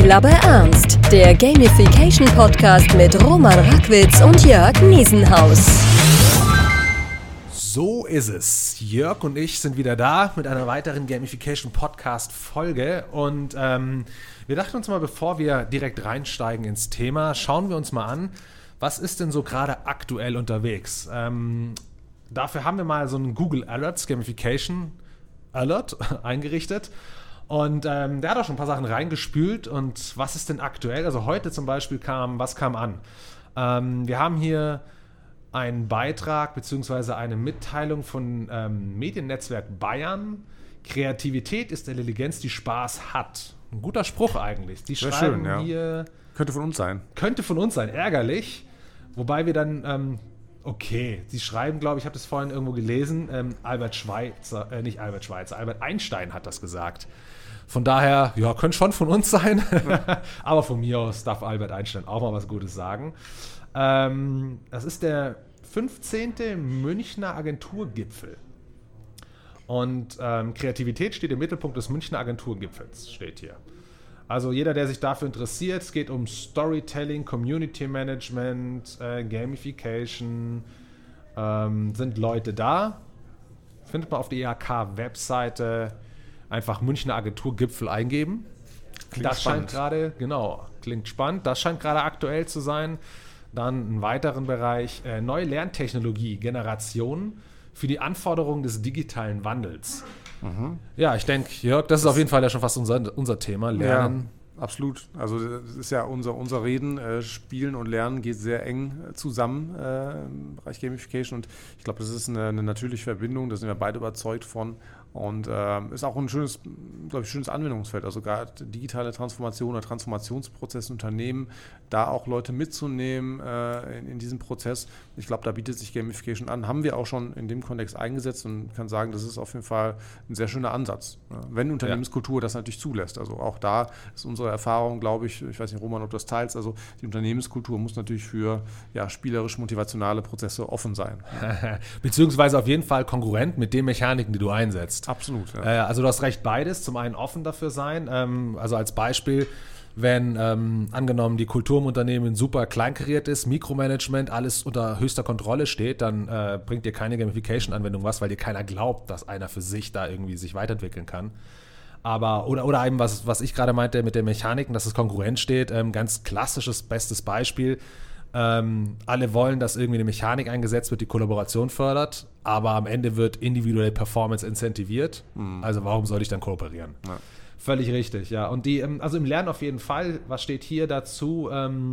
Spiel aber ernst. Der Gamification-Podcast mit Roman Rackwitz und Jörg Niesenhaus. So ist es. Jörg und ich sind wieder da mit einer weiteren Gamification-Podcast-Folge. Und wir dachten uns mal, bevor wir direkt reinsteigen ins Thema, schauen wir uns mal an, was ist denn so gerade aktuell unterwegs? Dafür haben wir mal so einen Google Alerts Gamification Alert eingerichtet. Und der hat auch schon ein paar Sachen reingespült. Und was ist denn aktuell? Also heute zum Beispiel was kam an? Wir haben hier einen Beitrag bzw. eine Mitteilung von Mediennetzwerk Bayern. Kreativität ist Intelligenz, die Spaß hat. Ein guter Spruch eigentlich. Die sehr schreiben schön, ja. hier... Könnte von uns sein, ärgerlich. Wobei wir dann... sie schreiben, glaube ich, habe das vorhin irgendwo gelesen, Albert Einstein hat das gesagt. Von daher, ja, könnte schon von uns sein, aber von mir aus darf Albert Einstein auch mal was Gutes sagen. Das ist der 15. Münchner Agenturgipfel. Und Kreativität steht im Mittelpunkt des Münchner Agenturgipfels, steht hier. Also jeder, der sich dafür interessiert, es geht um Storytelling, Community Management, Gamification, sind Leute da. Findet man auf der IHK-Webseite, einfach Münchner Agenturgipfel eingeben. Klingt das spannend. Klingt spannend. Das scheint gerade aktuell zu sein. Dann einen weiteren Bereich, neue Lerntechnologie, Generationen für die Anforderungen des digitalen Wandels. Ja, ich denke, Jörg, das ist auf jeden Fall ja schon fast unser Thema, Lernen. Ja, absolut. Also das ist ja unser Reden, Spielen und Lernen geht sehr eng zusammen im Bereich Gamification und ich glaube, das ist eine natürliche Verbindung, da sind wir beide überzeugt von und ist auch ein schönes Anwendungsfeld, also gerade digitale Transformation oder Transformationsprozess in Unternehmen, da auch Leute mitzunehmen in diesem Prozess. Ich glaube, da bietet sich Gamification an, haben wir auch schon in dem Kontext eingesetzt und kann sagen, das ist auf jeden Fall ein sehr schöner Ansatz, wenn Unternehmenskultur das natürlich zulässt. Also auch da ist unsere Erfahrung, glaube ich weiß nicht, Roman, ob du das teilst, also die Unternehmenskultur muss natürlich für spielerisch-motivationale Prozesse offen sein. Beziehungsweise auf jeden Fall kongruent mit den Mechaniken, die du einsetzt. Absolut. Ja. Also du hast recht, beides. Zum einen offen dafür sein. Also als Beispiel, wenn angenommen die Kultur im Unternehmen super kleinkariert ist, Mikromanagement, alles unter höchster Kontrolle steht, dann bringt dir keine Gamification-Anwendung was, weil dir keiner glaubt, dass einer für sich da irgendwie sich weiterentwickeln kann. Aber, oder eben, was ich gerade meinte mit den Mechaniken, dass es kongruent steht, ganz klassisches, bestes Beispiel. Alle wollen, dass irgendwie eine Mechanik eingesetzt wird, die Kollaboration fördert, aber am Ende wird individuelle Performance incentiviert. Also warum soll ich dann kooperieren? Ja. Völlig richtig, ja. Und also im Lernen auf jeden Fall, was steht hier dazu?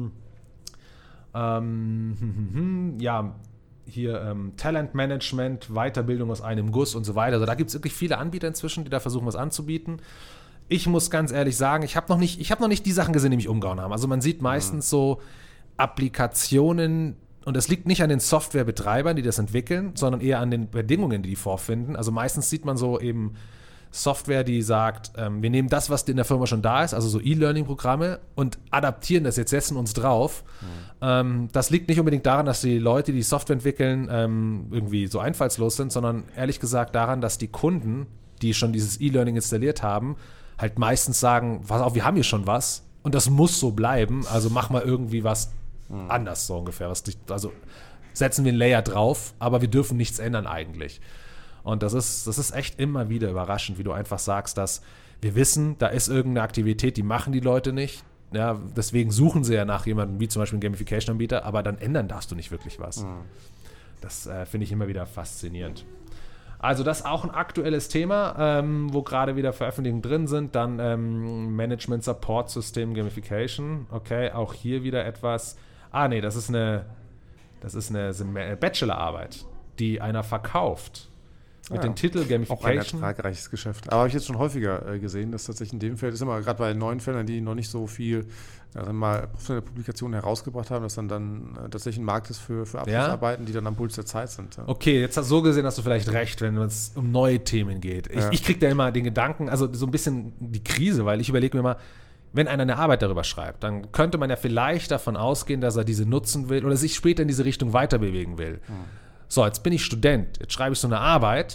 Talentmanagement, Weiterbildung aus einem Guss und so weiter. Also da gibt es wirklich viele Anbieter inzwischen, die da versuchen, was anzubieten. Ich muss ganz ehrlich sagen, ich habe noch nicht die Sachen gesehen, die mich umgehauen haben. Also man sieht meistens so Applikationen, und das liegt nicht an den Softwarebetreibern, die das entwickeln, sondern eher an den Bedingungen, die vorfinden. Also meistens sieht man so eben Software, die sagt, wir nehmen das, was in der Firma schon da ist, also so E-Learning-Programme und adaptieren das, jetzt setzen uns drauf. Das liegt nicht unbedingt daran, dass die Leute, die Software entwickeln, irgendwie so einfallslos sind, sondern ehrlich gesagt daran, dass die Kunden, die schon dieses E-Learning installiert haben, halt meistens sagen, pass auf, wir haben hier schon was und das muss so bleiben, also mach mal irgendwie was anders, so ungefähr. Also setzen wir einen Layer drauf, aber wir dürfen nichts ändern eigentlich. Und das ist echt immer wieder überraschend, wie du einfach sagst, dass wir wissen, da ist irgendeine Aktivität, die machen die Leute nicht. Ja, deswegen suchen sie ja nach jemandem, wie zum Beispiel einen Gamification-Anbieter, aber dann ändern darfst du nicht wirklich was. Das finde ich immer wieder faszinierend. Also das ist auch ein aktuelles Thema, wo gerade wieder Veröffentlichungen drin sind. Dann Management-Support-System Gamification. Okay, auch hier wieder etwas. Das ist eine Bachelorarbeit, die einer verkauft. Mit dem Titel Gamification. Auch ein ertragreiches Geschäft. Aber habe ich jetzt schon häufiger gesehen, dass tatsächlich in dem Feld, ist immer gerade bei neuen Feldern, die noch nicht so viel mal professionelle Publikationen herausgebracht haben, dass dann tatsächlich ein Markt ist für Abschlussarbeiten, die dann am Puls der Zeit sind. Ja. Okay, jetzt hast du so gesehen, hast du vielleicht recht, wenn es um neue Themen geht. Ich kriege da immer den Gedanken, also so ein bisschen die Krise, weil ich überlege mir mal, wenn einer eine Arbeit darüber schreibt, dann könnte man ja vielleicht davon ausgehen, dass er diese nutzen will oder sich später in diese Richtung weiter bewegen will. So, jetzt bin ich Student, jetzt schreibe ich so eine Arbeit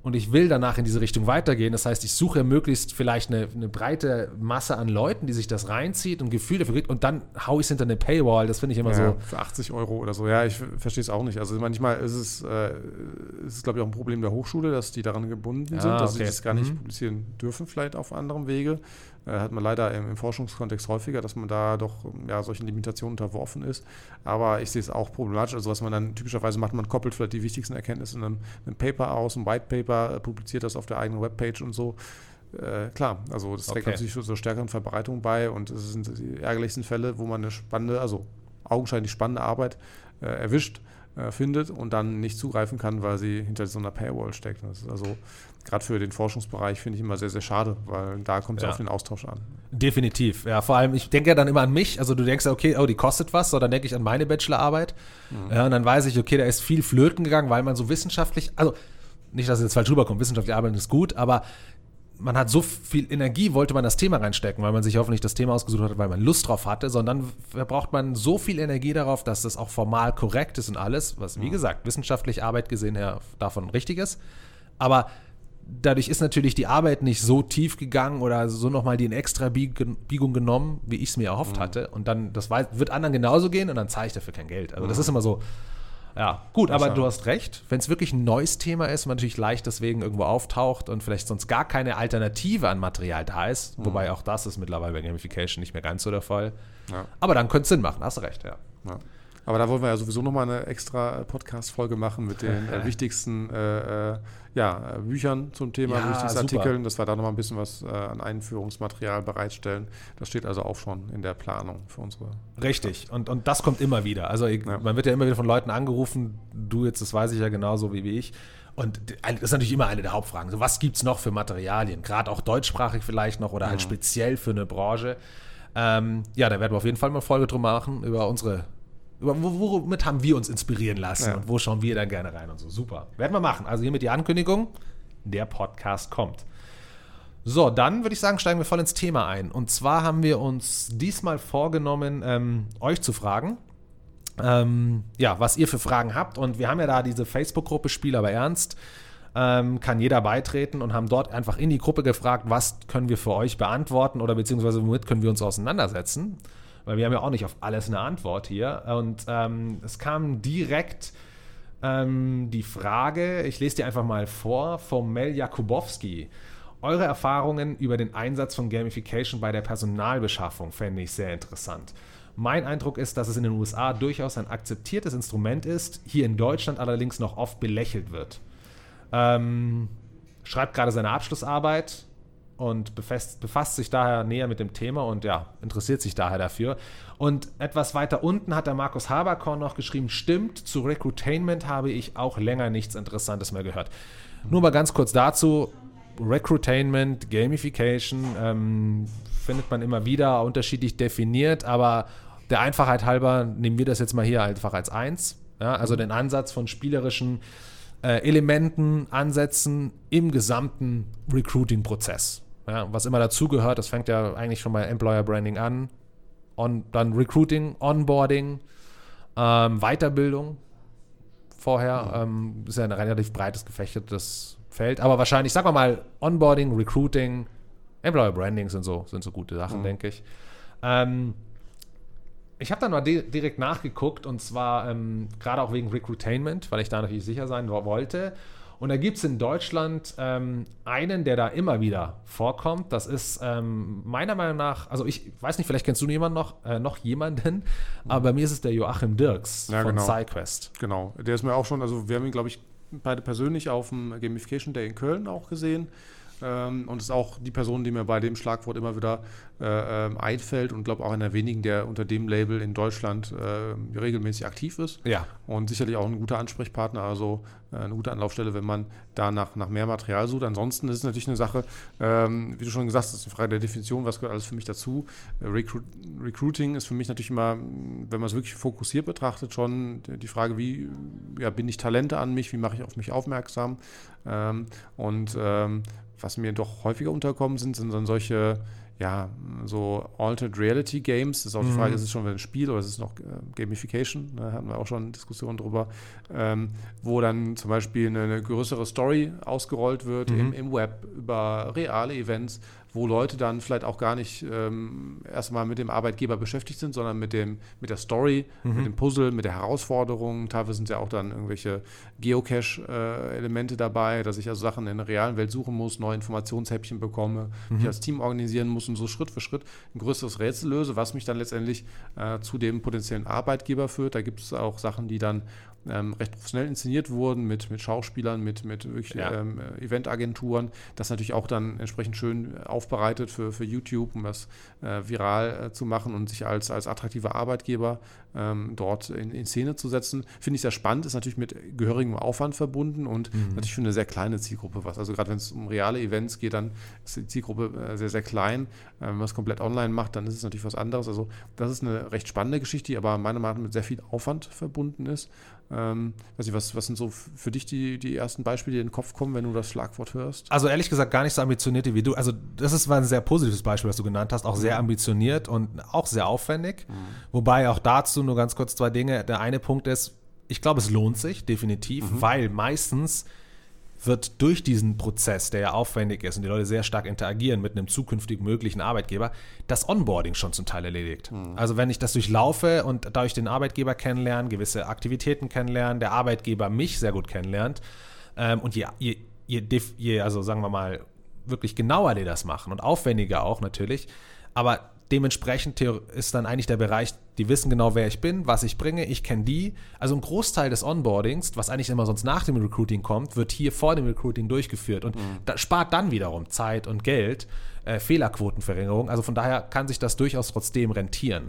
und ich will danach in diese Richtung weitergehen. Das heißt, ich suche möglichst vielleicht eine breite Masse an Leuten, die sich das reinzieht und ein Gefühl dafür kriegt und dann haue ich es hinter eine Paywall. Das finde ich immer so. Für 80 Euro oder so. Ja, ich verstehe es auch nicht. Also manchmal ist es, glaube ich, auch ein Problem der Hochschule, dass die daran gebunden sind, dass sie das gar nicht publizieren dürfen, vielleicht auf anderem Wege. Hat man leider im Forschungskontext häufiger, dass man da doch solchen Limitationen unterworfen ist. Aber ich sehe es auch problematisch. Also was man dann typischerweise macht, man koppelt vielleicht die wichtigsten Erkenntnisse in einem Paper aus, ein White Paper, publiziert das auf der eigenen Webpage und so. Klar, also das trägt natürlich zur stärkeren Verbreitung bei und es sind die ärgerlichsten Fälle, wo man eine spannende, also augenscheinlich spannende Arbeit erwischt, findet und dann nicht zugreifen kann, weil sie hinter so einer Paywall steckt. Das ist also gerade für den Forschungsbereich finde ich immer sehr, sehr schade, weil da kommt es auf den Austausch an. Definitiv, ja, vor allem, ich denke ja dann immer an mich, also du denkst ja, okay, die kostet was, so dann denke ich an meine Bachelorarbeit und dann weiß ich, okay, da ist viel flöten gegangen, weil man so wissenschaftlich, also nicht, dass es jetzt falsch rüberkommt, wissenschaftliche Arbeit ist gut, aber man hat so viel Energie, wollte man das Thema reinstecken, weil man sich hoffentlich das Thema ausgesucht hat, weil man Lust drauf hatte, sondern verbraucht man so viel Energie darauf, dass das auch formal korrekt ist und alles, was, wie gesagt, wissenschaftlich Arbeit gesehen her davon richtig ist. Aber dadurch ist natürlich die Arbeit nicht so tief gegangen oder so nochmal die in extra Biegung genommen, wie ich es mir erhofft hatte. Und dann, das wird anderen genauso gehen und dann zahle ich dafür kein Geld. Also das ist immer so. Ja, gut, aber du hast recht. Wenn es wirklich ein neues Thema ist, man natürlich leicht deswegen irgendwo auftaucht und vielleicht sonst gar keine Alternative an Material da ist, wobei auch das ist mittlerweile bei Gamification nicht mehr ganz so der Fall. Ja. Aber dann könnte es Sinn machen, hast du recht, ja. Aber da wollen wir ja sowieso nochmal eine extra Podcast-Folge machen mit den wichtigsten Büchern zum Thema, wichtigsten Artikeln, dass wir da nochmal ein bisschen was an Einführungsmaterial bereitstellen. Das steht also auch schon in der Planung für unsere. Richtig, und das kommt immer wieder. Also man wird ja immer wieder von Leuten angerufen, du jetzt, das weiß ich ja genauso wie ich. Und das ist natürlich immer eine der Hauptfragen. So, was gibt es noch für Materialien? Gerade auch deutschsprachig vielleicht noch oder halt speziell für eine Branche. Da werden wir auf jeden Fall mal eine Folge drum machen über womit haben wir uns inspirieren lassen und wo schauen wir da gerne rein und so. Super. Werden wir machen. Also hiermit die Ankündigung, der Podcast kommt. So, dann würde ich sagen, steigen wir voll ins Thema ein. Und zwar haben wir uns diesmal vorgenommen, euch zu fragen, was ihr für Fragen habt. Und wir haben ja da diese Facebook-Gruppe Spiel aber ernst. Kann jeder beitreten und haben dort einfach in die Gruppe gefragt, was können wir für euch beantworten oder beziehungsweise womit können wir uns auseinandersetzen. Weil wir haben ja auch nicht auf alles eine Antwort hier. Und es kam direkt die Frage, ich lese dir einfach mal vor, von Mel Jakubowski. Eure Erfahrungen über den Einsatz von Gamification bei der Personalbeschaffung fände ich sehr interessant. Mein Eindruck ist, dass es in den USA durchaus ein akzeptiertes Instrument ist, hier in Deutschland allerdings noch oft belächelt wird. Schreibt gerade seine Abschlussarbeit und befasst sich daher näher mit dem Thema und interessiert sich daher dafür. Und etwas weiter unten hat der Markus Haberkorn noch geschrieben, stimmt, zu Recruitainment habe ich auch länger nichts Interessantes mehr gehört. Nur mal ganz kurz dazu, Recruitainment, Gamification findet man immer wieder unterschiedlich definiert, aber der Einfachheit halber nehmen wir das jetzt mal hier einfach als eins. Ja, also den Ansatz von spielerischen Elementen, Ansätzen im gesamten Recruiting-Prozess. Ja, was immer dazugehört, das fängt ja eigentlich schon bei Employer Branding an, dann Recruiting, Onboarding, Weiterbildung vorher, ist ja ein relativ breites gefächertes Feld, aber wahrscheinlich, sagen wir mal, Onboarding, Recruiting, Employer Branding sind so gute Sachen, denke ich. Ich habe dann mal direkt nachgeguckt und zwar gerade auch wegen Recruitainment, weil ich da natürlich sicher sein wollte. Und da gibt es in Deutschland einen, der da immer wieder vorkommt. Das ist meiner Meinung nach, also ich weiß nicht, vielleicht kennst du noch jemanden, aber bei mir ist es der Joachim Dirks von SciQuest. Genau, der ist mir auch schon, also wir haben ihn, glaube ich, beide persönlich auf dem Gamification Day in Köln auch gesehen. Und ist auch die Person, die mir bei dem Schlagwort immer wieder einfällt und glaube auch einer der wenigen, der unter dem Label in Deutschland regelmäßig aktiv ist. Ja. Und sicherlich auch ein guter Ansprechpartner, also eine gute Anlaufstelle, wenn man da nach mehr Material sucht. Ansonsten ist es natürlich eine Sache, wie du schon gesagt hast, das ist eine Frage der Definition, was gehört alles für mich dazu. Recruiting ist für mich natürlich immer, wenn man es wirklich fokussiert betrachtet, schon die Frage, wie binde ich Talente an mich, wie mache ich auf mich aufmerksam was mir doch häufiger unterkommen sind dann solche so Altered Reality Games. Das ist auch die Frage, ist es schon ein Spiel oder ist es noch Gamification? Da hatten wir auch schon Diskussionen drüber. Wo dann zum Beispiel eine größere Story ausgerollt wird im Web über reale Events, wo Leute dann vielleicht auch gar nicht erstmal mit dem Arbeitgeber beschäftigt sind, sondern mit der Story, mit dem Puzzle, mit der Herausforderung. Teilweise sind ja auch dann irgendwelche Geocache-Elemente dabei, dass ich also Sachen in der realen Welt suchen muss, neue Informationshäppchen bekomme, mich als Team organisieren muss und so Schritt für Schritt ein größeres Rätsel löse, was mich dann letztendlich zu dem potenziellen Arbeitgeber führt. Da gibt es auch Sachen, die dann recht professionell inszeniert wurden mit Schauspielern, mit wirklich Eventagenturen. Das natürlich auch dann entsprechend schön aufbereitet für YouTube, um das viral zu machen und sich als attraktiver Arbeitgeber dort in Szene zu setzen. Finde ich sehr spannend, ist natürlich mit gehörigem Aufwand verbunden und natürlich für eine sehr kleine Zielgruppe was. Also gerade wenn es um reale Events geht, dann ist die Zielgruppe sehr, sehr klein. Wenn man es komplett online macht, dann ist es natürlich was anderes. Also das ist eine recht spannende Geschichte, die aber meiner Meinung nach mit sehr viel Aufwand verbunden ist. Weiß nicht, was sind so für dich die ersten Beispiele, die in den Kopf kommen, wenn du das Schlagwort hörst? Also ehrlich gesagt gar nicht so ambitioniert wie du. Also das war ein sehr positives Beispiel, was du genannt hast. Auch sehr ambitioniert und auch sehr aufwendig. Wobei auch dazu nur ganz kurz 2 Dinge. Der eine Punkt ist, ich glaube, es lohnt sich definitiv, weil meistens wird durch diesen Prozess, der ja aufwendig ist und die Leute sehr stark interagieren mit einem zukünftig möglichen Arbeitgeber, das Onboarding schon zum Teil erledigt. Also wenn ich das durchlaufe und dadurch den Arbeitgeber kennenlerne, gewisse Aktivitäten kennenlernen, der Arbeitgeber mich sehr gut kennenlernt und je also sagen wir mal, wirklich genauer die das machen und aufwendiger auch natürlich, aber dementsprechend ist dann eigentlich der Bereich, die wissen genau, wer ich bin, was ich bringe, ich kenne die. Also ein Großteil des Onboardings, was eigentlich immer sonst nach dem Recruiting kommt, wird hier vor dem Recruiting durchgeführt und das spart dann wiederum Zeit und Geld, Fehlerquotenverringerung. Also von daher kann sich das durchaus trotzdem rentieren.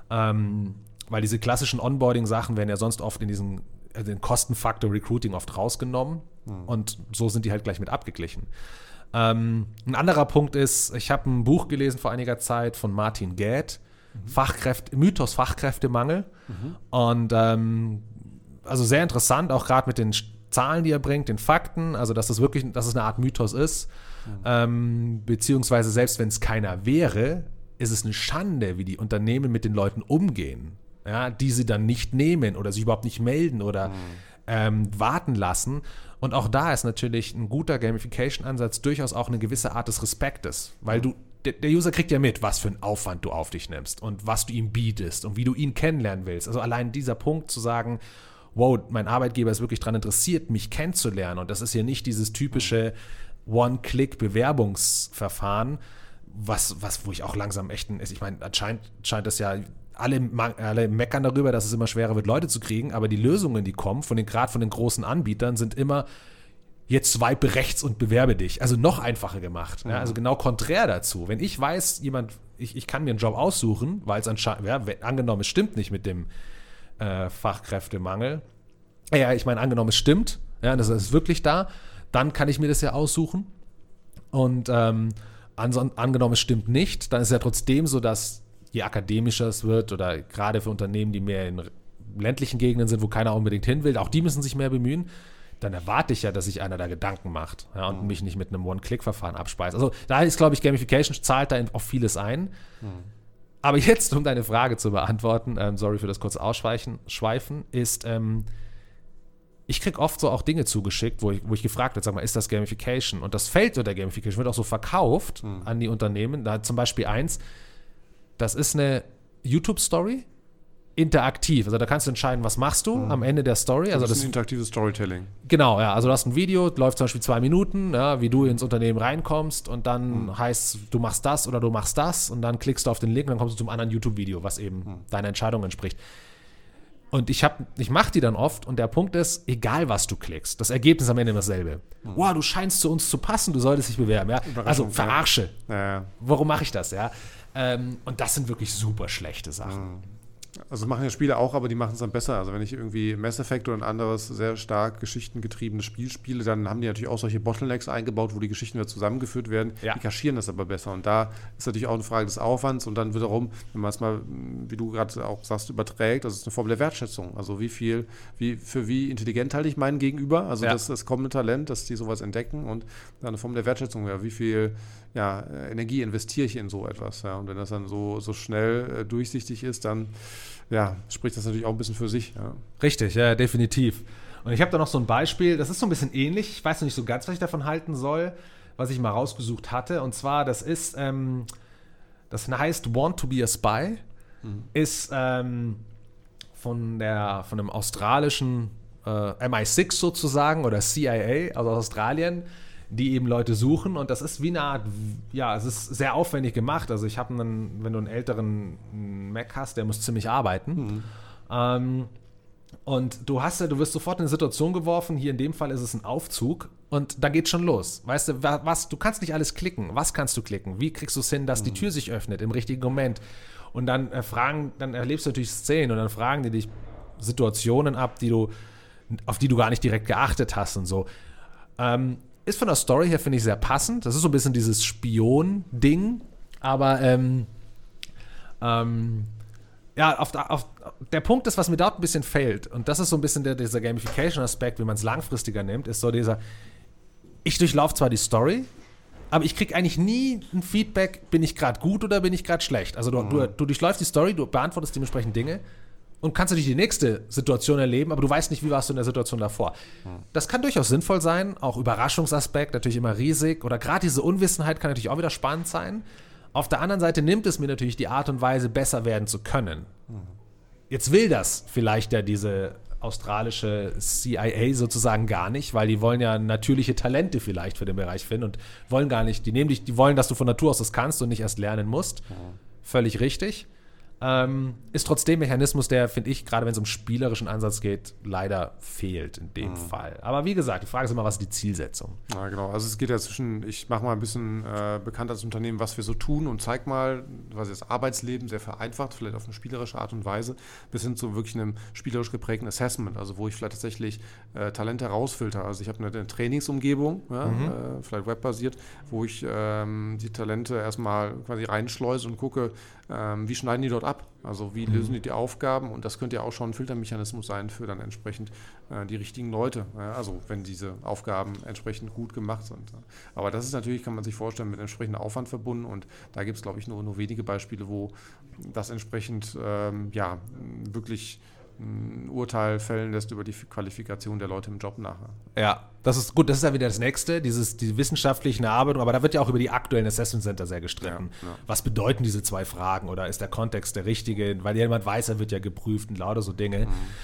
Weil diese klassischen Onboarding-Sachen werden ja sonst oft in den Kostenfaktor Recruiting oft rausgenommen und so sind die halt gleich mit abgeglichen. Ein anderer Punkt ist, ich habe ein Buch gelesen vor einiger Zeit von Martin Gadd, Mythos Fachkräftemangel. Und also sehr interessant, auch gerade mit den Zahlen, die er bringt, den Fakten, also dass es eine Art Mythos ist. Beziehungsweise selbst wenn es keiner wäre, ist es eine Schande, wie die Unternehmen mit den Leuten umgehen, ja, die sie dann nicht nehmen oder sich überhaupt nicht melden oder warten lassen. Und auch da ist natürlich ein guter Gamification-Ansatz durchaus auch eine gewisse Art des Respektes, weil der User kriegt ja mit, was für einen Aufwand du auf dich nimmst und was du ihm bietest und wie du ihn kennenlernen willst. Also allein dieser Punkt zu sagen, wow, mein Arbeitgeber ist wirklich daran interessiert, mich kennenzulernen und das ist ja nicht dieses typische One-Click-Bewerbungsverfahren, wo ich auch langsam ich meine, anscheinend scheint das ja alle meckern darüber, dass es immer schwerer wird, Leute zu kriegen, aber die Lösungen, die kommen, gerade von den großen Anbietern, sind immer, jetzt swipe rechts und bewerbe dich. Also noch einfacher gemacht. Ja, also genau konträr dazu. Wenn ich weiß, ich kann mir einen Job aussuchen, weil es anscheinend, angenommen, es stimmt nicht mit dem Fachkräftemangel. Ich meine, angenommen, es stimmt, ja, das ist wirklich da, dann kann ich mir das ja aussuchen. Und angenommen, es stimmt nicht, dann ist es ja trotzdem so, dass je akademischer es wird oder gerade für Unternehmen, die mehr in ländlichen Gegenden sind, wo keiner unbedingt hin will, auch die müssen sich mehr bemühen, dann erwarte ich ja, dass sich einer da Gedanken macht, ja, und mich nicht mit einem One-Click-Verfahren abspeist. Also da ist, glaube ich, Gamification zahlt da auf vieles ein. Aber jetzt, um deine Frage zu beantworten, sorry für das kurze Ausschweifen, ist, ich kriege oft so auch Dinge zugeschickt, wo ich gefragt werde, sag mal, ist das Gamification? Und das Feld der Gamification wird auch so verkauft an die Unternehmen. Da zum Beispiel eins, das ist eine YouTube-Story, interaktiv. Also da kannst du entscheiden, was machst du am Ende der Story. Also das ist ein interaktives Storytelling. Genau, ja. Also du hast ein Video, läuft zum Beispiel 2 Minuten, ja, wie du ins Unternehmen reinkommst und dann heißt du machst das oder du machst das und dann klickst du auf den Link und dann kommst du zum anderen YouTube-Video, was eben deiner Entscheidung entspricht. Und ich mache die dann oft und der Punkt ist, egal was du klickst, das Ergebnis ist am Ende dasselbe. Wow, du scheinst zu uns zu passen, du solltest dich bewerben. Ja? Also verarsche. Ja. Warum mache ich das? Ja? Und das sind wirklich super schlechte Sachen. also machen ja Spiele auch, aber die machen es dann besser. Also wenn ich irgendwie Mass Effect oder ein anderes sehr stark geschichtengetriebenes Spiel spiele, dann haben die natürlich auch solche Bottlenecks eingebaut, wo die Geschichten wieder zusammengeführt werden. Ja. Die kaschieren das aber besser. Und da ist natürlich auch eine Frage des Aufwands und dann wiederum, wenn man es mal, wie du gerade auch sagst, überträgt, das ist eine Form der Wertschätzung. Also wie intelligent halte ich meinen Gegenüber, also das kommende Talent, dass die sowas entdecken und dann eine Form der Wertschätzung, wie viel Energie investiere ich in so etwas. Ja. Und wenn das dann so schnell durchsichtig ist, dann spricht das natürlich auch ein bisschen für sich. Ja. Richtig, ja, definitiv. Und ich habe da noch so ein Beispiel, das ist so ein bisschen ähnlich, ich weiß noch nicht so ganz, was ich davon halten soll, was ich mal rausgesucht hatte. Und zwar, das heißt Want to be a Spy, ist von einem australischen MI6 sozusagen oder CIA, also aus Australien, die eben Leute suchen und das ist wie eine Art, es ist sehr aufwendig gemacht. Also ich habe wenn du einen älteren Mac hast, der muss ziemlich arbeiten. Und du wirst sofort in eine Situation geworfen, hier in dem Fall ist es ein Aufzug und da geht schon los. Weißt du, du kannst nicht alles klicken. Was kannst du klicken? Wie kriegst du es hin, dass die Tür sich öffnet im richtigen Moment? Und dann erlebst du natürlich Szenen und dann fragen die dich Situationen ab, auf die du gar nicht direkt geachtet hast und so. Ist von der Story her, finde ich, sehr passend. Das ist so ein bisschen dieses Spion-Ding, aber der Punkt ist, was mir dort ein bisschen fehlt, und das ist so ein bisschen dieser Gamification-Aspekt, wie man es langfristiger nimmt, ist so ich durchlaufe zwar die Story, aber ich kriege eigentlich nie ein Feedback, bin ich gerade gut oder bin ich gerade schlecht. Also du durchläufst die Story, du beantwortest dementsprechend Dinge und kannst natürlich die nächste Situation erleben, aber du weißt nicht, wie warst du in der Situation davor. Das kann durchaus sinnvoll sein, auch Überraschungsaspekt, natürlich immer riesig, oder gerade diese Unwissenheit kann natürlich auch wieder spannend sein. Auf der anderen Seite nimmt es mir natürlich die Art und Weise, besser werden zu können. Jetzt will das vielleicht diese australische CIA sozusagen gar nicht, weil die wollen ja natürliche Talente vielleicht für den Bereich finden und wollen gar nicht, die wollen, dass du von Natur aus das kannst und nicht erst lernen musst. Völlig richtig. Ist trotzdem ein Mechanismus, der, finde ich, gerade wenn es um spielerischen Ansatz geht, leider fehlt in dem Fall. Aber wie gesagt, die Frage ist immer, was ist die Zielsetzung? Ja, genau. Also es geht ja ich mache mal ein bisschen bekannt als Unternehmen, was wir so tun und zeig mal, was das Arbeitsleben sehr vereinfacht, vielleicht auf eine spielerische Art und Weise, bis hin zu wirklich einem spielerisch geprägten Assessment, also wo ich vielleicht tatsächlich Talente herausfilter. Also ich habe eine Trainingsumgebung, vielleicht webbasiert, wo ich die Talente erstmal quasi reinschleuse und gucke, wie schneiden die dort ab? Also wie lösen die Aufgaben? Und das könnte ja auch schon ein Filtermechanismus sein für dann entsprechend die richtigen Leute. Also wenn diese Aufgaben entsprechend gut gemacht sind. Aber das ist natürlich, kann man sich vorstellen, mit entsprechendem Aufwand verbunden. Und da gibt es, glaube ich, nur wenige Beispiele, wo das entsprechend wirklich ein Urteil fällen lässt über die Qualifikation der Leute im Job nachher. Ja, das ist gut, das ist ja wieder das Nächste, die wissenschaftliche Erarbeitung, aber da wird ja auch über die aktuellen Assessment Center sehr gestritten. Ja. Was bedeuten diese 2 Fragen oder ist der Kontext der richtige? Weil jemand weiß, er wird ja geprüft und lauter so Dinge.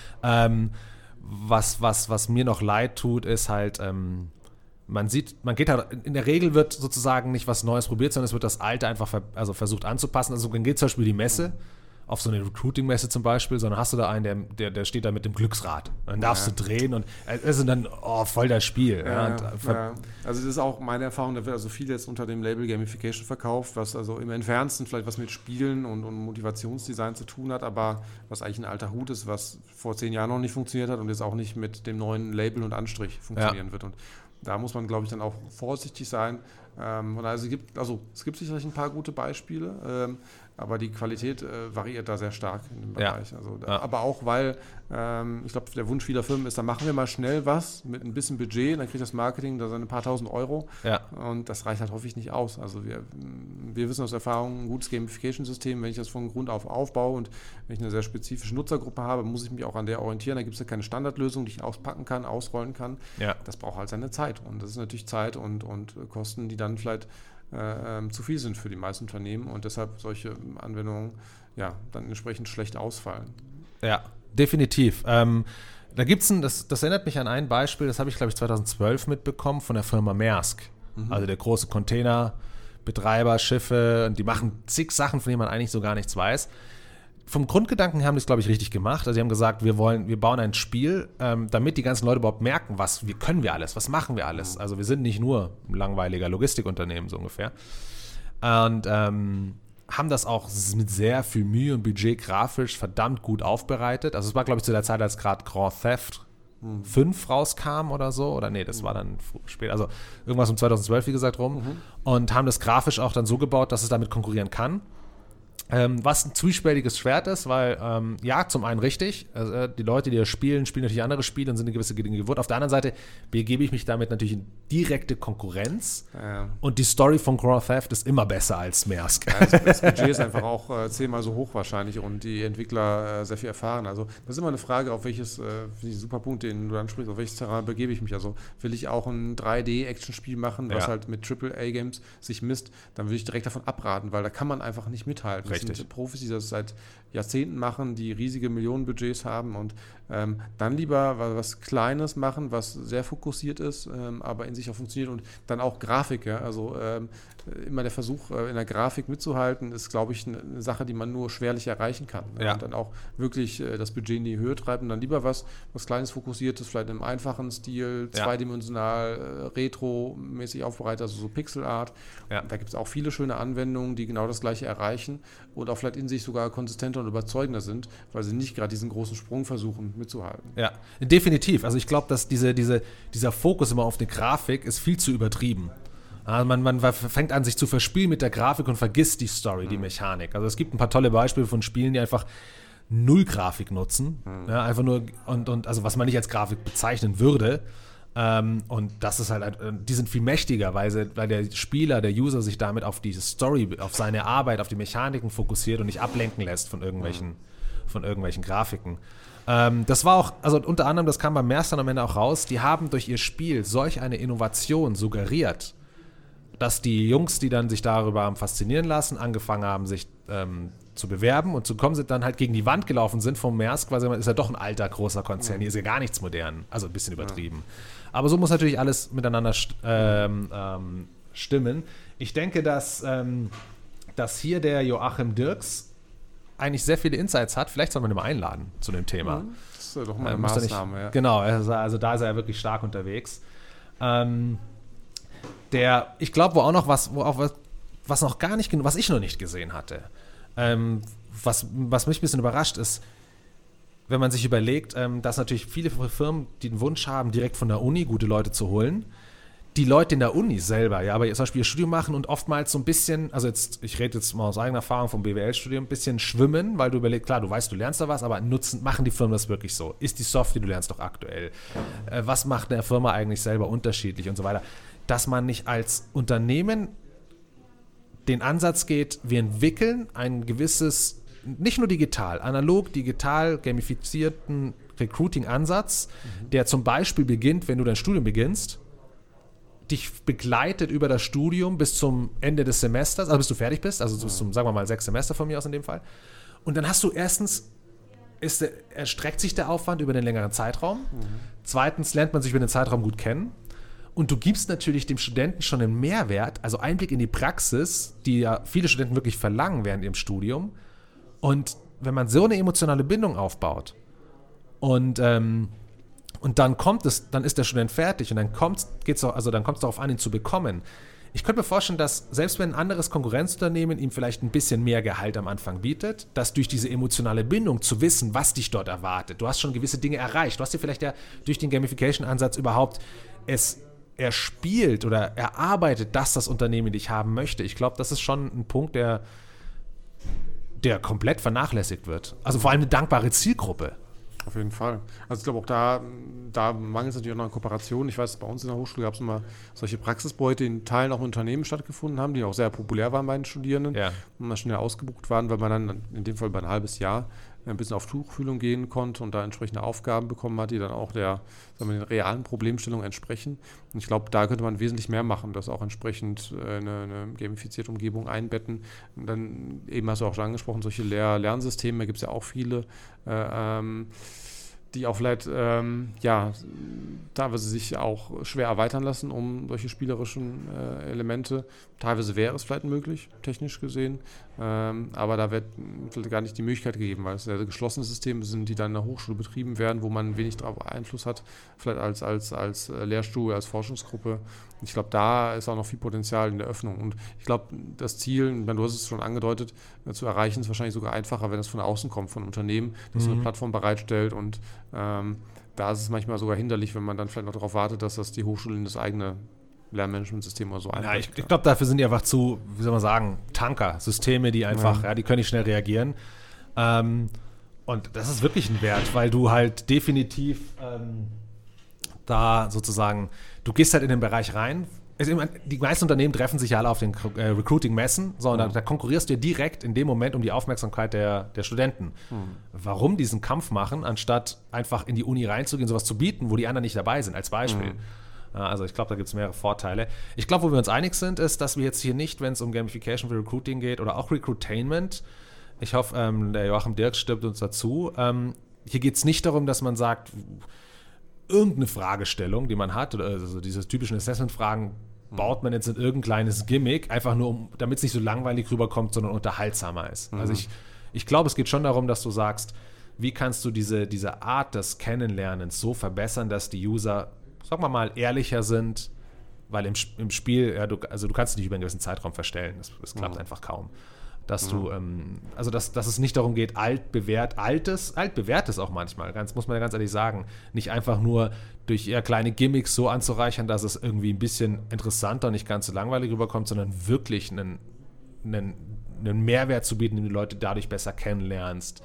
Was mir noch leid tut, ist halt, man geht halt, in der Regel wird sozusagen nicht was Neues probiert, sondern es wird das Alte einfach versucht anzupassen. Also dann geht zum Beispiel die Messe, auf so eine Recruiting-Messe zum Beispiel, sondern hast du da einen, der steht da mit dem Glücksrad. Und dann darfst du drehen und es ist dann voll das Spiel. Also das ist auch meine Erfahrung, da wird also viel jetzt unter dem Label Gamification verkauft, was also im Entferntesten vielleicht was mit Spielen und Motivationsdesign zu tun hat, aber was eigentlich ein alter Hut ist, was vor 10 Jahren noch nicht funktioniert hat und jetzt auch nicht mit dem neuen Label und Anstrich funktionieren wird. Und da muss man, glaube ich, dann auch vorsichtig sein. Es gibt sicherlich ein paar gute Beispiele, aber die Qualität variiert da sehr stark in dem Bereich. Aber auch, weil ich glaube, der Wunsch vieler Firmen ist, da machen wir mal schnell was mit ein bisschen Budget, dann kriegt das Marketing da seine paar tausend Euro und das reicht halt häufig nicht aus. Also wir wissen aus Erfahrung, ein gutes Gamification-System, wenn ich das von Grund auf aufbaue und wenn ich eine sehr spezifische Nutzergruppe habe, muss ich mich auch an der orientieren. Da gibt es ja keine Standardlösung, die ich auspacken kann, ausrollen kann. Ja. Das braucht halt seine Zeit und das ist natürlich Zeit und Kosten, die dann vielleicht zu viel sind für die meisten Unternehmen und deshalb solche Anwendungen dann entsprechend schlecht ausfallen. Ja, definitiv. Da gibt's das erinnert mich an ein Beispiel, das habe ich, glaube ich, 2012 mitbekommen von der Firma Maersk. Also der große Containerbetreiber, Schiffe, und die machen zig Sachen, von denen man eigentlich so gar nichts weiß. Vom Grundgedanken haben die es, glaube ich, richtig gemacht. Also sie haben gesagt, wir bauen ein Spiel, damit die ganzen Leute überhaupt merken, was machen wir alles. Also wir sind nicht nur ein langweiliger Logistikunternehmen, so ungefähr. Und haben das auch mit sehr viel Mühe und Budget grafisch verdammt gut aufbereitet. Also es war, glaube ich, zu der Zeit, als gerade Grand Theft 5 rauskam oder so. Oder nee, das war dann spät. Also irgendwas um 2012, wie gesagt, rum. Und haben das grafisch auch dann so gebaut, dass es damit konkurrieren kann. Was ein zwiespältiges Schwert ist, weil, ja, zum einen richtig, die Leute, die das spielen natürlich andere Spiele und sind eine gewisse Dinge gewohnt. Auf der anderen Seite begebe ich mich damit natürlich in direkte Konkurrenz und die Story von Grand Theft ist immer besser als Maersk. Ja, das Budget ist einfach auch 10-mal so hoch wahrscheinlich und die Entwickler sehr viel erfahren. Also das ist immer eine Frage, auf welches, finde ich, ein super Punkt, den du ansprichst, auf welches Terrain begebe ich mich. Also will ich auch ein 3D-Action-Spiel machen, was halt mit AAA-Games sich misst, dann würde ich direkt davon abraten, weil da kann man einfach nicht mithalten. Richtig. Das sind Profis, die das seit Jahrzehnten machen, die riesige Millionenbudgets haben und dann lieber was Kleines machen, was sehr fokussiert ist, aber in sich auch funktioniert und dann auch Grafik. Ja? Also immer der Versuch, in der Grafik mitzuhalten, ist, glaube ich, eine Sache, die man nur schwerlich erreichen kann. Ja. Und dann auch wirklich das Budget in die Höhe treiben. Dann lieber was Kleines, Fokussiertes, vielleicht im einfachen Stil, zweidimensional, retro-mäßig aufbereitet, also so Pixelart. Ja. Da gibt es auch viele schöne Anwendungen, die genau das Gleiche erreichen und auch vielleicht in sich sogar konsistenter und überzeugender sind, weil sie nicht gerade diesen großen Sprung versuchen mitzuhalten. Ja, definitiv. Also ich glaube, dass dieser Fokus immer auf die Grafik ist viel zu übertrieben. Also man fängt an, sich zu verspielen mit der Grafik und vergisst die Story, die Mechanik. Also es gibt ein paar tolle Beispiele von Spielen, die einfach null Grafik nutzen. Ja, einfach nur, und also was man nicht als Grafik bezeichnen würde. Und das ist halt, die sind viel mächtiger, weil der Spieler, der User sich damit auf diese Story, auf seine Arbeit, auf die Mechaniken fokussiert und nicht ablenken lässt von irgendwelchen Grafiken. Das war auch, also unter anderem, das kam beim Maersk am Ende auch raus, die haben durch ihr Spiel solch eine Innovation suggeriert, dass die Jungs, die dann sich darüber haben faszinieren lassen, angefangen haben, sich zu bewerben und zu kommen, sind dann halt gegen die Wand gelaufen sind vom Maersk, weil ist ja doch ein alter, großer Konzern, hier ist ja gar nichts modern, also ein bisschen übertrieben. Aber so muss natürlich alles miteinander stimmen. Ich denke, dass hier der Joachim Dirks eigentlich sehr viele Insights hat. Vielleicht soll man ihn mal einladen zu dem Thema. Das ist doch mal eine Maßnahme, ja. Genau, also da ist er ja wirklich stark unterwegs. Ich glaube, wo auch was noch gar nicht, was ich noch nicht gesehen hatte, was mich ein bisschen überrascht ist, wenn man sich überlegt, dass natürlich viele Firmen, die den Wunsch haben, direkt von der Uni gute Leute zu holen, die Leute in der Uni selber, ja, aber zum Beispiel ihr Studium machen und oftmals so ein bisschen, also ich rede jetzt mal aus eigener Erfahrung vom BWL-Studium, ein bisschen schwimmen, weil du überlegst, klar, du weißt, du lernst da was, aber machen die Firmen das wirklich so? Ist die Software, die du lernst, doch aktuell? Was macht eine Firma eigentlich selber unterschiedlich und so weiter? Dass man nicht als Unternehmen den Ansatz geht, wir entwickeln ein gewisses, nicht nur digital, analog, digital gamifizierten Recruiting-Ansatz, der zum Beispiel beginnt, wenn du dein Studium beginnst, dich begleitet über das Studium bis zum Ende des Semesters, also bis du fertig bist, also bis zum, sagen wir mal, 6 Semester von mir aus in dem Fall. Und dann hast du erstens, erstreckt sich der Aufwand über den längeren Zeitraum. Zweitens lernt man sich über den Zeitraum gut kennen. Und du gibst natürlich dem Studenten schon einen Mehrwert, also Einblick in die Praxis, die ja viele Studenten wirklich verlangen während ihrem Studium. Und wenn man so eine emotionale Bindung aufbaut und dann dann ist der Student fertig und dann kommt es darauf an, ihn zu bekommen. Ich könnte mir vorstellen, dass selbst wenn ein anderes Konkurrenzunternehmen ihm vielleicht ein bisschen mehr Gehalt am Anfang bietet, dass durch diese emotionale Bindung zu wissen, was dich dort erwartet, du hast schon gewisse Dinge erreicht, du hast dir vielleicht ja durch den Gamification-Ansatz überhaupt erspielt oder erarbeitet, dass das Unternehmen dich haben möchte. Ich glaube, das ist schon ein Punkt, der komplett vernachlässigt wird. Also vor allem eine dankbare Zielgruppe. Auf jeden Fall. Also ich glaube auch da mangelt es natürlich auch noch an Kooperation. Ich weiß, bei uns in der Hochschule gab es immer solche Praxisprojekte, die in Teilen auch mit Unternehmen stattgefunden haben, die auch sehr populär waren bei den Studierenden und mal schnell ausgebucht waren, weil man dann in dem Fall bei ein halbes Jahr ein bisschen auf Tuchfühlung gehen konnte und da entsprechende Aufgaben bekommen hat, die dann auch den realen Problemstellungen entsprechen. Und ich glaube, da könnte man wesentlich mehr machen, das auch entsprechend eine gamifizierte Umgebung einbetten. Und dann eben hast du auch schon angesprochen, solche Lernsysteme gibt es ja auch viele, die auch vielleicht teilweise sich auch schwer erweitern lassen um solche spielerischen Elemente. Teilweise wäre es vielleicht möglich, technisch gesehen, aber da wird vielleicht gar nicht die Möglichkeit gegeben, weil es sehr geschlossene Systeme sind, die dann in der Hochschule betrieben werden, wo man wenig darauf Einfluss hat, vielleicht als Lehrstuhl, als Forschungsgruppe. Ich glaube, da ist auch noch viel Potenzial in der Öffnung. Und ich glaube, das Ziel, du hast es schon angedeutet, zu erreichen, ist wahrscheinlich sogar einfacher, wenn es von außen kommt, von Unternehmen, das eine Plattform bereitstellt. Und da ist es manchmal sogar hinderlich, wenn man dann vielleicht noch darauf wartet, dass das die Hochschule in das eigene Lernmanagementsystem oder so einbringt. Ja, ich glaube, dafür sind die einfach zu, wie soll man sagen, Tanker, Systeme, die einfach, die können nicht schnell reagieren. Und das ist wirklich ein Wert, weil du halt definitiv da sozusagen, du gehst halt in den Bereich rein. Die meisten Unternehmen treffen sich ja alle auf den Recruiting-Messen, sondern da konkurrierst du direkt in dem Moment um die Aufmerksamkeit der Studenten. Warum diesen Kampf machen, anstatt einfach in die Uni reinzugehen, sowas zu bieten, wo die anderen nicht dabei sind, als Beispiel. Also ich glaube, da gibt es mehrere Vorteile. Ich glaube, wo wir uns einig sind, ist, dass wir jetzt hier nicht, wenn es um Gamification für Recruiting geht oder auch Recruitainment, ich hoffe, der Joachim Dirks stimmt uns dazu, hier geht es nicht darum, dass man sagt, irgendeine Fragestellung, die man hat, oder also diese typischen Assessment-Fragen, baut man jetzt in irgendein kleines Gimmick, einfach nur, damit es nicht so langweilig rüberkommt, sondern unterhaltsamer ist. Also ich glaube, es geht schon darum, dass du sagst, wie kannst du diese Art des Kennenlernens so verbessern, dass die User, sagen wir mal, ehrlicher sind, weil im Spiel, du kannst es nicht über einen gewissen Zeitraum verstellen. Das klappt einfach kaum. Dass du, dass es nicht darum geht, altbewährtes auch manchmal, muss man ja ganz ehrlich sagen, nicht einfach nur durch eher kleine Gimmicks so anzureichern, dass es irgendwie ein bisschen interessanter und nicht ganz so langweilig rüberkommt, sondern wirklich einen Mehrwert zu bieten, den du Leute dadurch besser kennenlernst,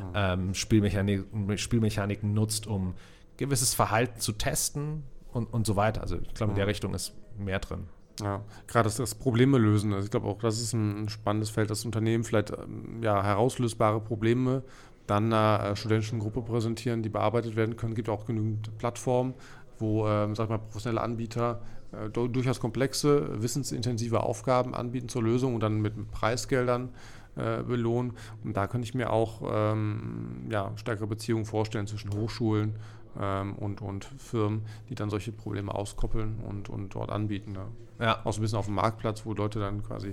Spielmechaniken nutzt, um gewisses Verhalten zu testen und so weiter. Also ich glaube, in der Richtung ist mehr drin. Ja, gerade das Probleme lösen. Also ich glaube auch, das ist ein spannendes Feld, dass Unternehmen vielleicht herauslösbare Probleme dann einer studentischen Gruppe präsentieren, die bearbeitet werden können. Es gibt auch genügend Plattformen, wo professionelle Anbieter durchaus komplexe, wissensintensive Aufgaben anbieten zur Lösung und dann mit Preisgeldern belohnen. Und da könnte ich mir auch stärkere Beziehungen vorstellen zwischen Hochschulen und Firmen, die dann solche Probleme auskoppeln und dort anbieten. Ja. Auch so ein bisschen auf dem Marktplatz, wo Leute dann quasi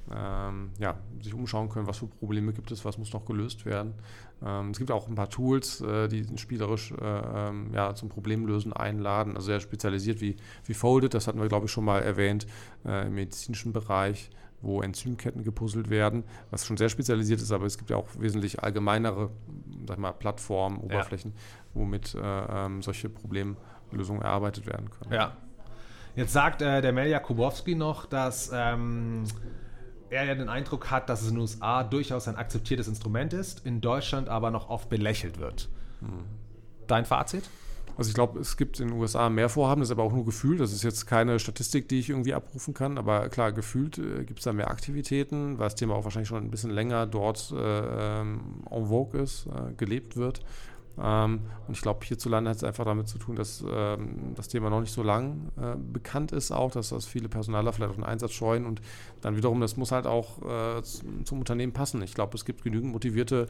sich umschauen können, was für Probleme gibt es, was muss noch gelöst werden. Es gibt auch ein paar Tools, die spielerisch zum Problemlösen einladen, also sehr spezialisiert wie Folded, das hatten wir, glaube ich, schon mal erwähnt, im medizinischen Bereich, wo Enzymketten gepuzzelt werden, was schon sehr spezialisiert ist, aber es gibt ja auch wesentlich allgemeinere, Plattformen, Oberflächen, womit solche Problemlösungen erarbeitet werden können. Ja. Jetzt sagt der Mel Jakubowski noch, dass er ja den Eindruck hat, dass es in den USA durchaus ein akzeptiertes Instrument ist, in Deutschland aber noch oft belächelt wird. Dein Fazit? Also ich glaube, es gibt in den USA mehr Vorhaben, das ist aber auch nur gefühlt. Das ist jetzt keine Statistik, die ich irgendwie abrufen kann, aber klar, gefühlt gibt es da mehr Aktivitäten, weil das Thema auch wahrscheinlich schon ein bisschen länger dort en vogue ist, gelebt wird. Und ich glaube, hierzulande hat es einfach damit zu tun, dass das Thema noch nicht so lang bekannt ist, auch, dass viele Personaler vielleicht auch den Einsatz scheuen und dann wiederum, das muss halt auch zum Unternehmen passen. Ich glaube, es gibt genügend motivierte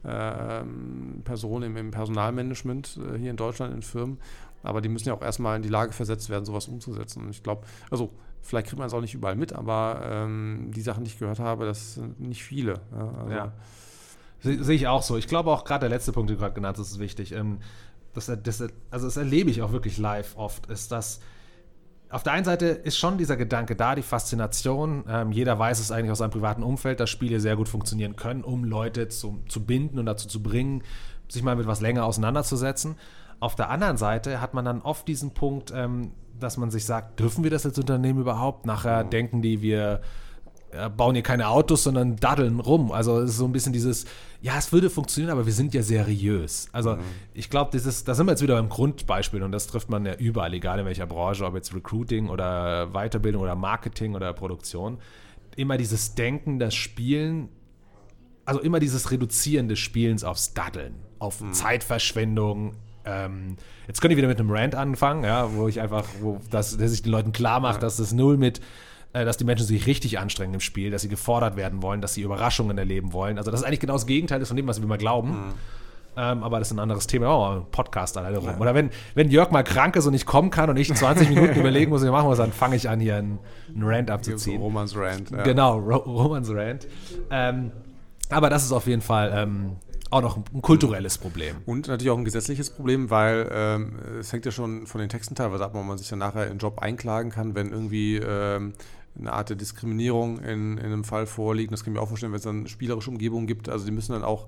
Personen im Personalmanagement hier in Deutschland in Firmen, aber die müssen ja auch erstmal in die Lage versetzt werden, sowas umzusetzen. Und ich glaube, vielleicht kriegt man es auch nicht überall mit, aber die Sachen, die ich gehört habe, das sind nicht viele. Ja. Sehe ich auch so. Ich glaube auch gerade der letzte Punkt, den du gerade genannt hast, ist wichtig. Das erlebe ich auch wirklich live oft, ist, dass auf der einen Seite ist schon dieser Gedanke da, die Faszination. Jeder weiß es eigentlich aus seinem privaten Umfeld, dass Spiele sehr gut funktionieren können, um Leute zu binden und dazu zu bringen, sich mal mit was länger auseinanderzusetzen. Auf der anderen Seite hat man dann oft diesen Punkt, dass man sich sagt, dürfen wir das als Unternehmen überhaupt? Nachher denken die, wir bauen hier keine Autos, sondern daddeln rum. Also es ist so ein bisschen dieses, ja, es würde funktionieren, aber wir sind ja seriös. Also ich glaube, da sind wir jetzt wieder beim Grundbeispiel und das trifft man ja überall, egal in welcher Branche, ob jetzt Recruiting oder Weiterbildung oder Marketing oder Produktion. Immer dieses Denken, das Spielen, also immer dieses Reduzieren des Spielens aufs Daddeln, auf Zeitverschwendung. Jetzt könnte ich wieder mit einem Rant anfangen, ja, der sich den Leuten klar macht, dass das null mit dass die Menschen sich richtig anstrengen im Spiel, dass sie gefordert werden wollen, dass sie Überraschungen erleben wollen. Also das ist eigentlich genau das Gegenteil von dem, was wir immer glauben. Aber das ist ein anderes Thema. Oh, ein Podcast alleine rum. Oder wenn Jörg mal krank ist und nicht kommen kann und ich 20 Minuten überlegen muss, wie machen wir es, dann fange ich an, hier einen Rant abzuziehen. Romans Rant. Ja. Genau, Romans Rant. Aber das ist auf jeden Fall auch noch ein kulturelles Problem. Und natürlich auch ein gesetzliches Problem, weil es hängt ja schon von den Texten teilweise ab, wo man sich dann nachher im Job einklagen kann, wenn irgendwie eine Art der Diskriminierung in einem Fall vorliegt. Das kann ich mir auch vorstellen, wenn es dann spielerische Umgebungen gibt. Also die müssen dann auch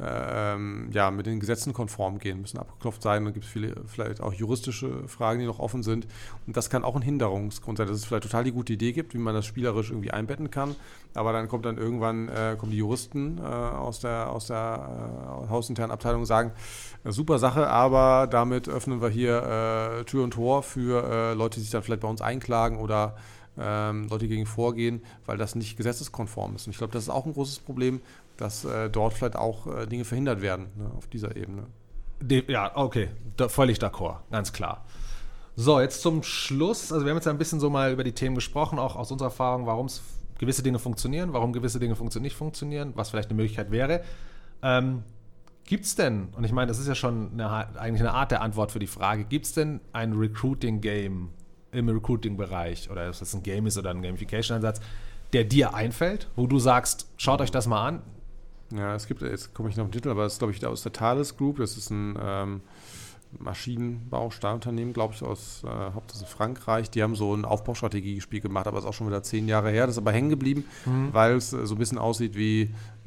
mit den Gesetzen konform gehen, müssen abgeklopft sein. Dann gibt es viele vielleicht auch juristische Fragen, die noch offen sind. Und das kann auch ein Hinderungsgrund sein, dass es vielleicht total die gute Idee gibt, wie man das spielerisch irgendwie einbetten kann. Aber dann kommen die Juristen aus der hausinternen Abteilung und sagen, super Sache, aber damit öffnen wir hier Tür und Tor für Leute, die sich dann vielleicht bei uns einklagen oder Leute gegen vorgehen, weil das nicht gesetzeskonform ist. Und ich glaube, das ist auch ein großes Problem, dass dort vielleicht auch Dinge verhindert werden, ne, auf dieser Ebene. Ja, okay, völlig d'accord, ganz klar. So, jetzt zum Schluss, also wir haben jetzt ein bisschen so mal über die Themen gesprochen, auch aus unserer Erfahrung, warum gewisse Dinge funktionieren, warum gewisse Dinge nicht funktionieren, was vielleicht eine Möglichkeit wäre. Gibt es denn, und ich meine, das ist ja schon eigentlich eine Art der Antwort für die Frage, gibt es denn ein Recruiting-Game im Recruiting-Bereich, oder ob das ein Game ist oder ein Gamification-Ansatz, der dir einfällt, wo du sagst, schaut euch das mal an? Ja, es gibt, jetzt komme ich noch auf den Titel, aber das ist, glaube ich, aus der Thales Group, das ist ein Maschinenbau-Stahlunternehmen, glaube ich, hauptsächlich Frankreich. Die haben so ein Aufbaustrategiespiel gemacht, aber das ist auch schon wieder 10 Jahre her. Das ist aber hängen geblieben, weil es so ein bisschen aussieht wie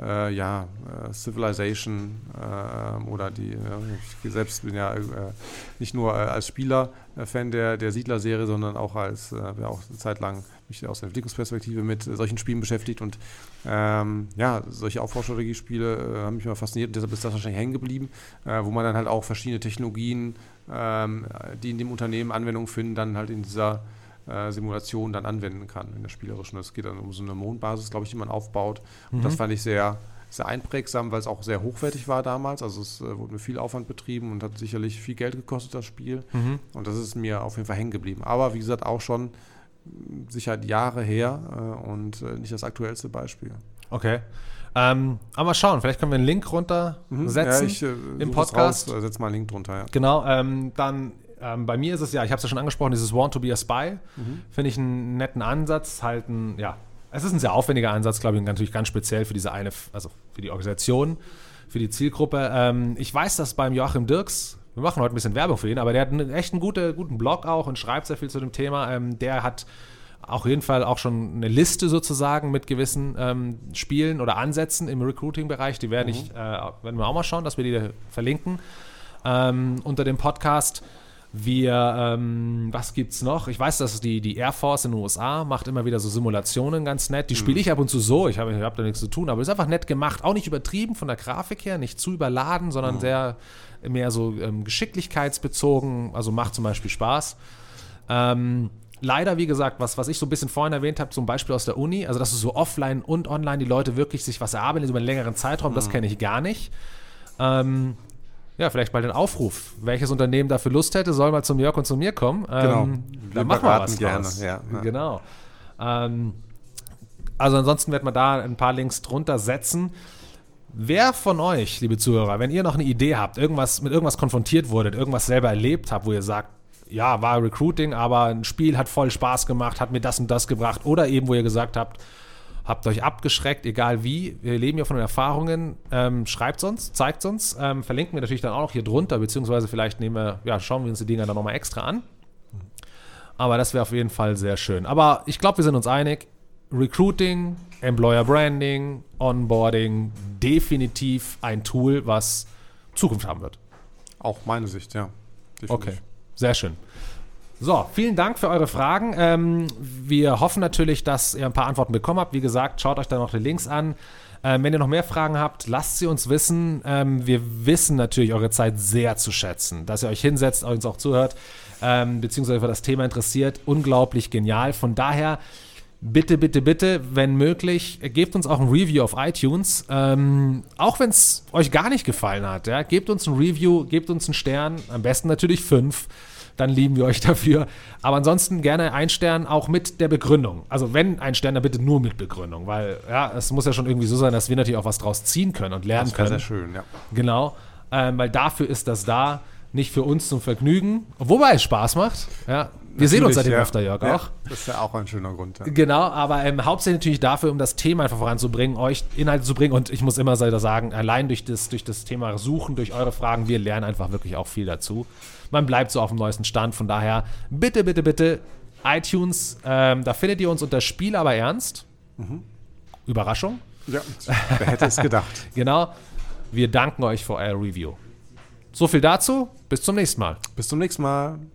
Civilization oder ich selbst bin ja nicht nur als Spieler Fan der Siedler-Serie, sondern auch als auch eine Zeit lang mich aus der Entwicklungsperspektive mit solchen Spielen beschäftigt und solche Aufbaustrategiespiele haben mich immer fasziniert und deshalb ist das wahrscheinlich hängen geblieben, wo man dann halt auch verschiedene Technologien, die in dem Unternehmen Anwendung finden, dann halt in dieser Simulation dann anwenden kann in der spielerischen. Es geht dann um so eine Mondbasis, glaube ich, die man aufbaut. Und das fand ich sehr, sehr einprägsam, weil es auch sehr hochwertig war damals. Also es wurde mit viel Aufwand betrieben und hat sicherlich viel Geld gekostet, das Spiel. Und das ist mir auf jeden Fall hängen geblieben. Aber wie gesagt, auch schon sicher Jahre her und nicht das aktuellste Beispiel. Okay. Aber mal schauen, vielleicht können wir einen Link runtersetzen im Podcast. Setz mal einen Link drunter, ja. Genau, dann bei mir ist es ich habe es ja schon angesprochen, dieses Want to be a Spy, finde ich einen netten Ansatz, es ist ein sehr aufwendiger Ansatz, glaube ich, und natürlich ganz speziell für für die Organisation, für die Zielgruppe. Ich weiß, dass beim Joachim Dirks, wir machen heute ein bisschen Werbung für ihn, aber der hat echt einen guten Blog auch und schreibt sehr viel zu dem Thema. Der hat auf jeden Fall auch schon eine Liste sozusagen mit gewissen Spielen oder Ansätzen im Recruiting-Bereich. Die werden wir auch mal schauen, dass wir die verlinken unter dem Podcast. Was gibt's noch? Ich weiß, dass die Air Force in den USA macht immer wieder so Simulationen ganz nett. Die spiele ich ab und zu so. Ich hab da nichts zu tun, aber ist einfach nett gemacht. Auch nicht übertrieben von der Grafik her, nicht zu überladen, sondern sehr mehr so geschicklichkeitsbezogen. Also macht zum Beispiel Spaß. Leider, wie gesagt, was ich so ein bisschen vorhin erwähnt habe, zum Beispiel aus der Uni, also dass du so offline und online die Leute wirklich sich was erarbeiten über einen längeren Zeitraum, das kenne ich gar nicht. Vielleicht mal den Aufruf. Welches Unternehmen dafür Lust hätte, soll mal zum Jörg und zu mir kommen. Genau. Da machen wir was gerne. raus. Ja. Genau. Also ansonsten wird man da ein paar Links drunter setzen. Wer von euch, liebe Zuhörer, wenn ihr noch eine Idee habt, mit irgendwas konfrontiert wurdet, irgendwas selber erlebt habt, wo ihr sagt, ja, war Recruiting, aber ein Spiel hat voll Spaß gemacht, hat mir das und das gebracht, oder eben, wo ihr gesagt habt euch abgeschreckt, egal wie, wir leben ja von den Erfahrungen, schreibt uns, zeigt uns, verlinken wir natürlich dann auch noch hier drunter, beziehungsweise vielleicht schauen wir uns die Dinger dann nochmal extra an. Aber das wäre auf jeden Fall sehr schön. Aber ich glaube, wir sind uns einig, Recruiting, Employer Branding, Onboarding, definitiv ein Tool, was Zukunft haben wird. Auch meine Sicht, ja. Definitiv. Okay, sehr schön. So, vielen Dank für eure Fragen. Wir hoffen natürlich, dass ihr ein paar Antworten bekommen habt. Wie gesagt, schaut euch dann noch die Links an. Wenn ihr noch mehr Fragen habt, lasst sie uns wissen. Wir wissen natürlich eure Zeit sehr zu schätzen, dass ihr euch hinsetzt, uns auch zuhört, beziehungsweise für das Thema interessiert. Unglaublich genial. Von daher, bitte, bitte, bitte, wenn möglich, gebt uns auch ein Review auf iTunes. Auch wenn es euch gar nicht gefallen hat. Ja? Gebt uns ein Review, gebt uns einen Stern, am besten natürlich 5. Dann lieben wir euch dafür. Aber ansonsten gerne ein Stern auch mit der Begründung. Also wenn ein Stern, dann bitte nur mit Begründung, weil es muss ja schon irgendwie so sein, dass wir natürlich auch was draus ziehen können und lernen können. Das wäre sehr schön, ja. Genau. weil dafür ist das da, nicht für uns zum Vergnügen, wobei es Spaß macht. Ja. Wir sehen uns seitdem öfter, Jörg, auch. Das ist ja auch ein schöner Grund. Ja. Genau, aber hauptsächlich natürlich dafür, um das Thema einfach voranzubringen, euch Inhalte zu bringen. Und ich muss immer sagen, allein durch das Thema Suchen, durch eure Fragen, wir lernen einfach wirklich auch viel dazu. Man bleibt so auf dem neuesten Stand. Von daher, bitte, bitte, bitte, iTunes, da findet ihr uns unter Spiel aber ernst. Überraschung. Ja, wer hätte es gedacht. Genau, wir danken euch für euer Review. So viel dazu, bis zum nächsten Mal. Bis zum nächsten Mal.